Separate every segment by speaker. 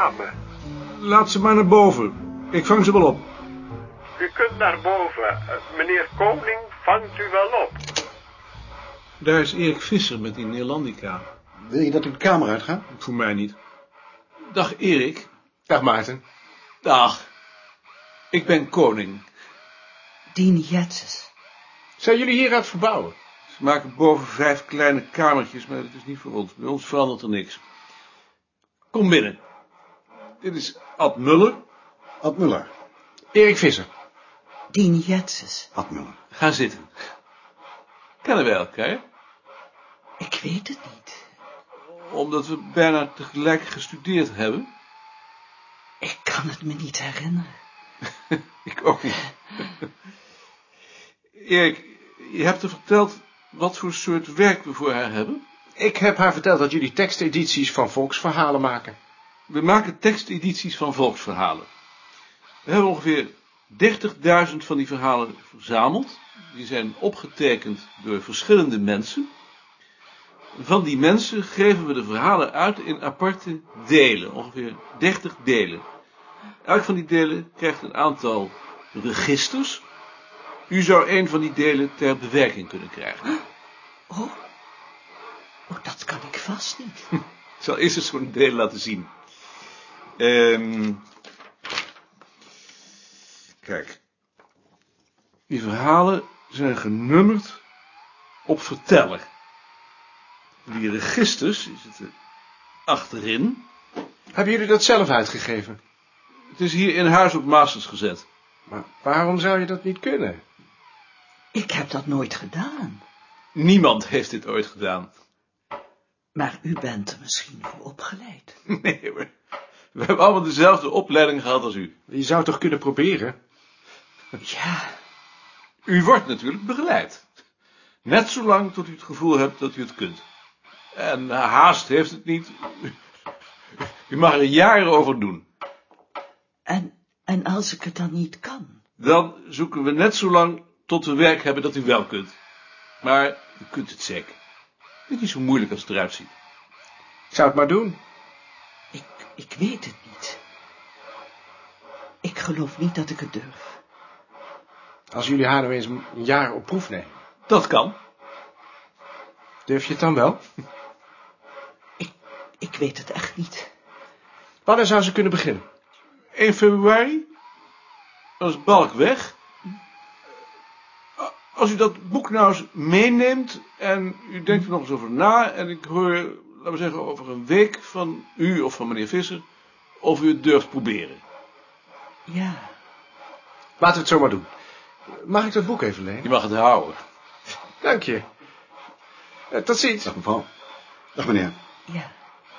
Speaker 1: dame.
Speaker 2: Laat ze maar naar boven. Ik vang ze wel op.
Speaker 1: U kunt naar boven. Meneer Koning vangt u wel op.
Speaker 2: Daar is Erik Visser met die Neerlandica.
Speaker 3: Wil je dat ik de kamer uitga?
Speaker 2: Voor mij niet. Dag Erik.
Speaker 3: Dag Maarten.
Speaker 2: Dag. Ik ben Koning.
Speaker 4: Dien Jetses.
Speaker 3: Zijn jullie hieruit verbouwen?
Speaker 2: Ze maken boven 5 kleine kamertjes, maar dat is niet voor ons. Bij ons verandert er niks. Kom binnen. Dit is Ad Muller.
Speaker 3: Ad Muller. Erik Visser.
Speaker 4: Dien Jetses.
Speaker 3: Ad Muller.
Speaker 2: Ga zitten. Kennen wij elkaar?
Speaker 4: Ik weet het niet.
Speaker 2: Omdat we bijna tegelijk gestudeerd hebben.
Speaker 4: Ik kan het me niet herinneren.
Speaker 2: Ik ook niet. Erik, je hebt er verteld wat voor soort werk we voor haar hebben.
Speaker 3: Ik heb haar verteld dat jullie tekstedities van volksverhalen maken.
Speaker 2: We maken tekstedities van volksverhalen. We hebben ongeveer 30.000 van die verhalen verzameld. Die zijn opgetekend door verschillende mensen. Van die mensen geven we de verhalen uit in aparte delen, ongeveer 30 delen. Elk van die delen krijgt een aantal registers. U zou een van die delen ter bewerking kunnen krijgen.
Speaker 4: Oh, dat kan ik vast niet.
Speaker 2: Ik zal eerst eens zo'n deel laten zien. Kijk. Die verhalen zijn genummerd op verteller. Die registers die zitten achterin.
Speaker 3: Hebben jullie dat zelf uitgegeven?
Speaker 2: Het is hier in huis op masters gezet.
Speaker 3: Maar waarom zou je dat niet kunnen?
Speaker 4: Ik heb dat nooit gedaan.
Speaker 2: Niemand heeft dit ooit gedaan.
Speaker 4: Maar u bent er misschien voor opgeleid.
Speaker 2: Nee hoor. We hebben allemaal dezelfde opleiding gehad als u.
Speaker 3: Je zou toch kunnen proberen?
Speaker 4: Ja.
Speaker 2: U wordt natuurlijk begeleid. Net zolang tot u het gevoel hebt dat u het kunt. En haast heeft het niet. U mag er jaren over doen.
Speaker 4: En als ik het dan niet kan?
Speaker 2: Dan zoeken we net zo lang tot we werk hebben dat u wel kunt. Maar u kunt het zeker. Het is niet zo moeilijk als het eruit ziet.
Speaker 3: Ik zou het maar doen.
Speaker 4: Ik weet het niet. Ik geloof niet dat ik het durf.
Speaker 3: Als jullie haar nou eens een jaar op proef nemen.
Speaker 2: Dat kan.
Speaker 3: Durf je het dan wel?
Speaker 4: Ik weet het echt niet.
Speaker 3: Wanneer zou ze kunnen beginnen?
Speaker 2: 1 februari. Dan is Balk weg. Als u dat boek nou eens meeneemt en u denkt er nog eens over na en ik hoor, laten we zeggen, over een week van u of van meneer Visser, of u het durft proberen.
Speaker 4: Ja.
Speaker 3: Laten we het zo maar doen. Mag ik dat boek even lenen?
Speaker 2: Je mag het houden.
Speaker 3: Dank je. Tot ziens.
Speaker 5: Dag mevrouw. Dag meneer.
Speaker 4: Ja.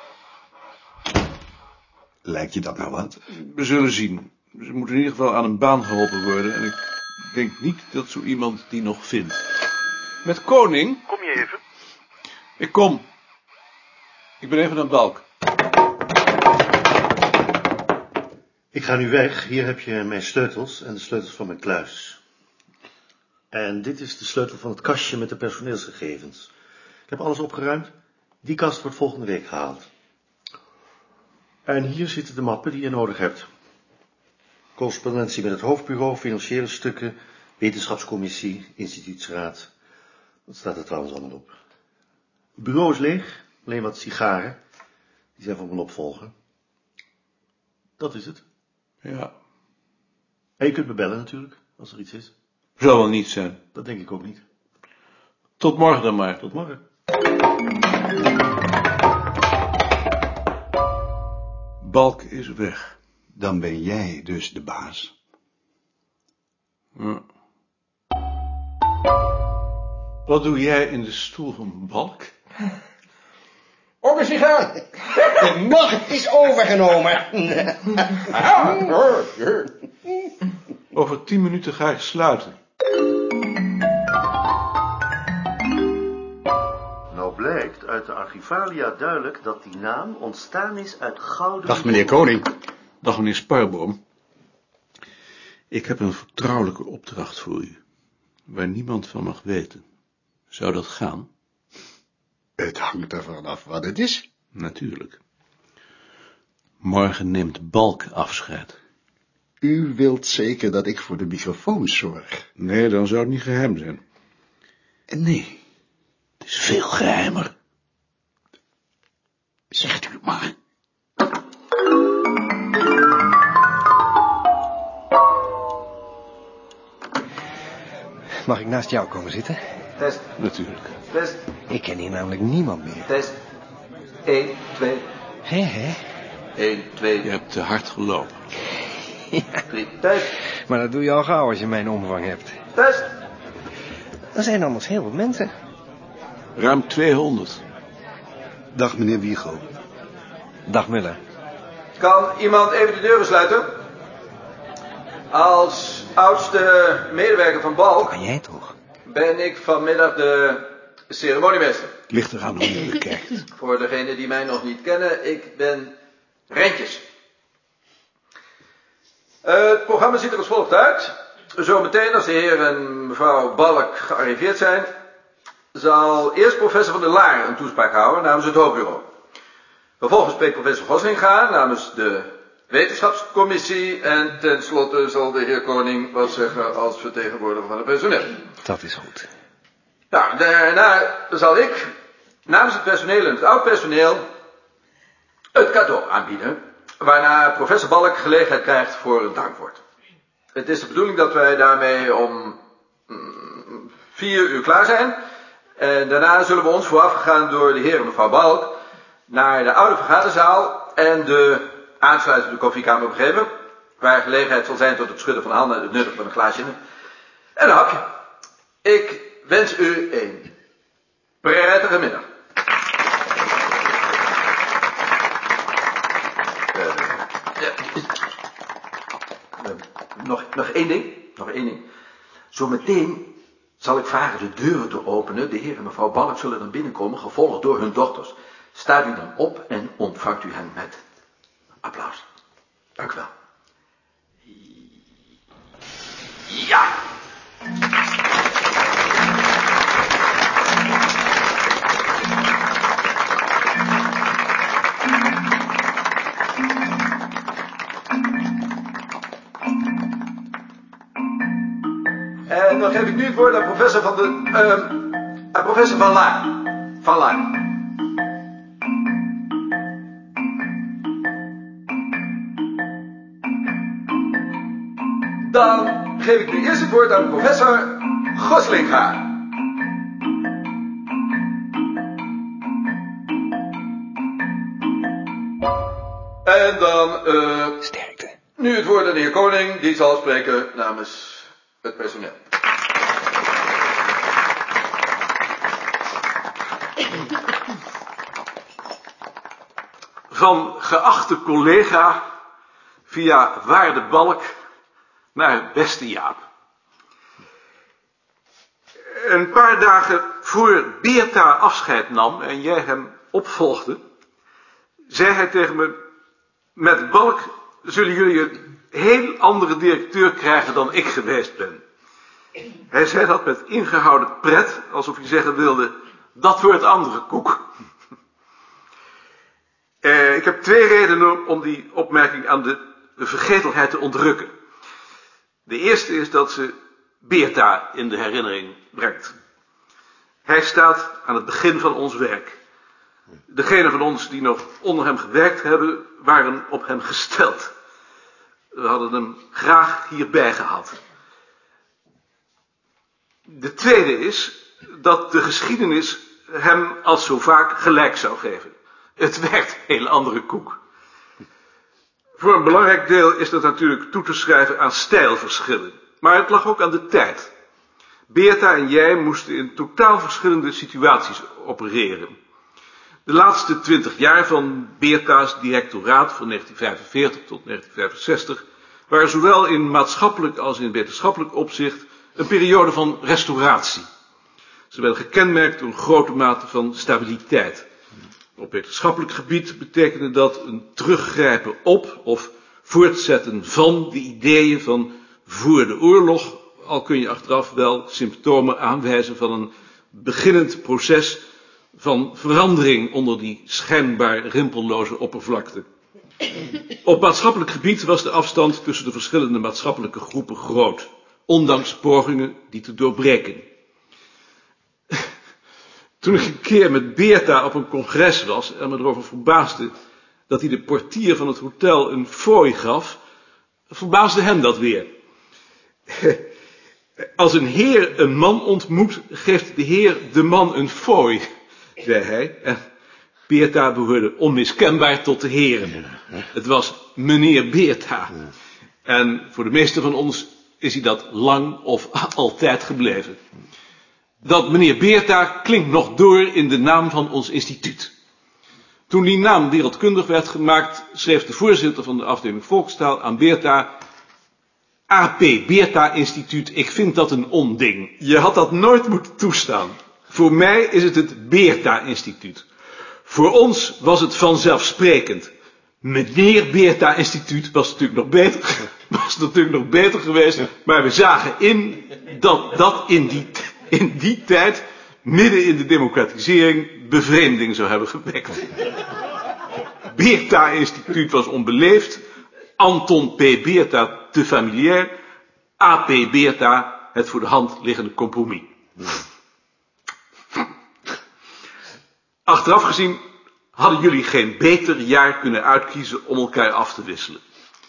Speaker 5: Lijkt je dat nou wat?
Speaker 2: We zullen zien. Ze moeten in ieder geval aan een baan geholpen worden en ik denk niet dat zo iemand die nog vindt. Met Koning?
Speaker 1: Kom je even?
Speaker 2: Ik kom. Ik ben even aan Balk.
Speaker 6: Ik ga nu weg. Hier heb je mijn sleutels en de sleutels van mijn kluis. En dit is de sleutel van het kastje met de personeelsgegevens. Ik heb alles opgeruimd. Die kast wordt volgende week gehaald. En hier zitten de mappen die je nodig hebt. Correspondentie met het hoofdbureau, financiële stukken, wetenschapscommissie, instituutsraad. Dat staat er trouwens allemaal op. Het bureau is leeg, alleen wat sigaren. Die zijn van mijn opvolger. Dat is het.
Speaker 2: Ja.
Speaker 6: En je kunt me bellen natuurlijk, als er iets is.
Speaker 2: Zal wel niet zijn.
Speaker 6: Dat denk ik ook niet.
Speaker 2: Tot morgen dan maar.
Speaker 6: Tot morgen.
Speaker 2: Balk is weg.
Speaker 5: Dan ben jij dus de baas.
Speaker 2: Ja. Wat doe jij in de stoel van Balk?
Speaker 3: Ook een sigaar. De macht is overgenomen.
Speaker 2: Over 10 minuten ga ik sluiten.
Speaker 6: Nou blijkt uit de archivalia duidelijk dat die naam ontstaan is uit gouden...
Speaker 5: Dag meneer Koning.
Speaker 2: Dag meneer Sparboom. Ik heb een vertrouwelijke opdracht voor u, waar niemand van mag weten. Zou dat gaan?
Speaker 5: Het hangt ervan af wat het is.
Speaker 2: Natuurlijk. Morgen neemt Balk afscheid.
Speaker 5: U wilt zeker dat ik voor de microfoon zorg?
Speaker 2: Nee, dan zou het niet geheim zijn.
Speaker 5: Nee.
Speaker 2: Het is veel geheimer.
Speaker 5: Zegt u maar.
Speaker 3: Mag ik naast jou komen zitten?
Speaker 7: Test,
Speaker 2: Natuurlijk.
Speaker 7: test,
Speaker 3: Ik ken hier namelijk niemand meer.
Speaker 7: test. 1, 2,
Speaker 3: Hè?
Speaker 7: 1, 2,
Speaker 2: Je hebt te hard gelopen.
Speaker 7: 3, test,
Speaker 3: Maar dat doe je al gauw als je mijn omvang hebt.
Speaker 7: test.
Speaker 3: Er zijn anders heel veel mensen.
Speaker 2: Ruim 200.
Speaker 5: Dag, meneer Wiego.
Speaker 3: Dag Muller.
Speaker 7: Kan iemand even de deuren sluiten? Als oudste medewerker van Balk
Speaker 3: Kan jij toch?
Speaker 7: ben ik vanmiddag de ceremoniemeester.
Speaker 5: Ligt eraan hoe je bekijkt.
Speaker 7: Voor degenen die mij nog niet kennen, ik ben Rentjes. Het programma ziet er als volgt uit. Zometeen, als de heer en mevrouw Balk gearriveerd zijn, zal eerst professor Van der Laar een toespraak houden namens het hoofdbureau. Vervolgens spreekt professor Vossinga namens de wetenschapscommissie en tenslotte zal de heer Koning wat zeggen als vertegenwoordiger van het personeel.
Speaker 3: Dat is goed.
Speaker 7: Nou, daarna zal ik namens het personeel en het oud personeel het cadeau aanbieden, waarna professor Balk gelegenheid krijgt voor een dankwoord. Het is de bedoeling dat wij daarmee om 4 uur klaar zijn. En daarna zullen we ons voorafgegaan door de heer en mevrouw Balk naar de oude vergaderzaal en de aansluitende koffiekamer begeven, waar gelegenheid zal zijn tot het schudden van de handen en het nuttigen van een glaasje en een hapje. Ik wens u een prettige middag. Nog één ding. Zometeen zal ik vragen de deuren te openen. De heer en mevrouw Balk zullen dan binnenkomen, gevolgd door hun dochters. Staat u dan op en ontvangt u hen met applaus. Dank u wel. Ja! En dan geef ik nu het woord aan professor Van Laar. Van Laar. Dan geef ik nu eerst het woord aan professor Goslinga. En dan,
Speaker 3: Sterkte.
Speaker 7: nu het woord aan de heer Koning, die zal spreken namens het personeel.
Speaker 2: Van geachte collega via waarde Balk naar beste Jaap. Een paar dagen voor Beerta afscheid nam en jij hem opvolgde, zei hij tegen me: met Balk zullen jullie een heel andere directeur krijgen dan ik geweest ben. Hij zei dat met ingehouden pret, alsof hij zeggen wilde: dat wordt andere koek. Ik heb 2 redenen om die opmerking aan de vergetelheid te ontrukken. De eerste is dat ze Beerta in de herinnering brengt. Hij staat aan het begin van ons werk. Degenen van ons die nog onder hem gewerkt hebben, waren op hem gesteld. We hadden hem graag hierbij gehad. De tweede is dat de geschiedenis hem als zo vaak gelijk zou geven. Het werkt heel andere koek. Voor een belangrijk deel is dat natuurlijk toe te schrijven aan stijlverschillen. Maar het lag ook aan de tijd. Beerta en jij moesten in totaal verschillende situaties opereren. De laatste 20 jaar van Beerta's directoraat van 1945 tot 1965 waren zowel in maatschappelijk als in wetenschappelijk opzicht een periode van restauratie. Ze werden gekenmerkt door een grote mate van stabiliteit. Op wetenschappelijk gebied betekende dat een teruggrijpen op of voortzetten van de ideeën van voor de oorlog, al kun je achteraf wel symptomen aanwijzen van een beginnend proces van verandering onder die schijnbaar rimpelloze oppervlakte. Op maatschappelijk gebied was de afstand tussen de verschillende maatschappelijke groepen groot, ondanks pogingen die te doorbreken. Toen ik een keer met Beerta op een congres was en me erover verbaasde dat hij de portier van het hotel een fooi gaf, verbaasde hem dat weer. Als een heer een man ontmoet, geeft de heer de man een fooi, zei hij. En Beerta behoorde onmiskenbaar tot de heren. Het was meneer Beerta. En voor de meesten van ons is hij dat lang of altijd gebleven. Dat meneer Beerta klinkt nog door in de naam van ons instituut. Toen die naam wereldkundig werd gemaakt, schreef de voorzitter van de afdeling volkstaal aan Beerta: AP Beerta Instituut, ik vind dat een onding. Je had dat nooit moeten toestaan. Voor mij is het Beerta Instituut. Voor ons was het vanzelfsprekend. Meneer Beerta Instituut was natuurlijk nog beter geweest, maar we zagen in dat in die tijd, midden in de democratisering, bevreemding zou hebben gewekt. Beerta Instituut was onbeleefd, Anton P. Beerta te familiair, AP Beerta het voor de hand liggende compromis. Achteraf gezien hadden jullie geen beter jaar kunnen uitkiezen om elkaar af te wisselen.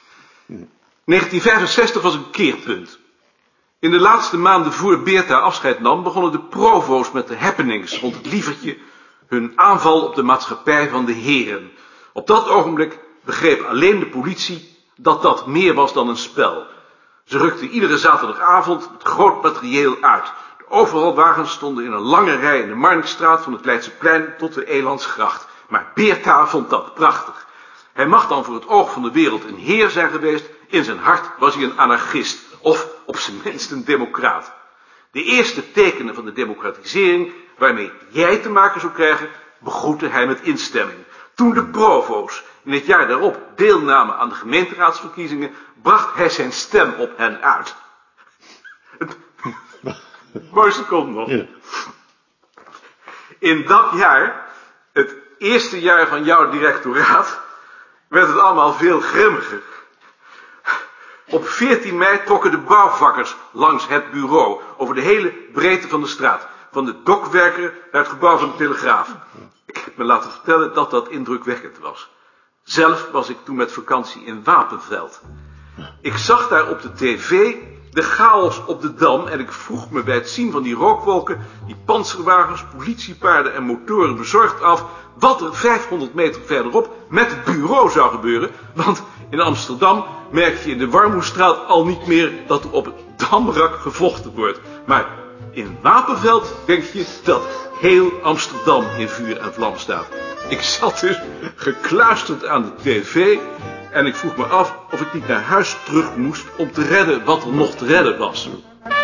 Speaker 2: 1965 was een keerpunt. In de laatste maanden voor Beerta afscheid nam, begonnen de provo's met de happenings rond het lievertje hun aanval op de maatschappij van de heren. Op dat ogenblik begreep alleen de politie dat dat meer was dan een spel. Ze rukten iedere zaterdagavond met groot materieel uit. De overvalwagens stonden in een lange rij in de Marnixstraat van het Leidseplein tot de Elandsgracht. Maar Beerta vond dat prachtig. Hij mag dan voor het oog van de wereld een heer zijn geweest, in zijn hart was hij een anarchist, of op zijn minst een democraat. De eerste tekenen van de democratisering, waarmee jij te maken zou krijgen, begroette hij met instemming. Toen de provo's in het jaar daarop deelnamen aan de gemeenteraadsverkiezingen, bracht hij zijn stem op hen uit. Mooiste komt nog. Ja. In dat jaar, het eerste jaar van jouw directoraat, werd het allemaal veel grimmiger. Op 14 mei trokken de bouwvakkers langs het bureau over de hele breedte van de straat, van de dokwerker naar het gebouw van de Telegraaf. Ik heb me laten vertellen dat dat indrukwekkend was. Zelf was ik toen met vakantie in Wapenveld. Ik zag daar op de tv de chaos op de Dam en ik vroeg me bij het zien van die rookwolken, die pantserwagens, politiepaarden en motoren bezorgd af, wat er 500 meter verderop met het bureau zou gebeuren, want in Amsterdam merk je in de Warmoestraat al niet meer dat er op het Damrak gevochten wordt. Maar in Wapenveld denk je dat heel Amsterdam in vuur en vlam staat. Ik zat dus gekluisterd aan de tv en ik vroeg me af of ik niet naar huis terug moest om te redden wat er nog te redden was.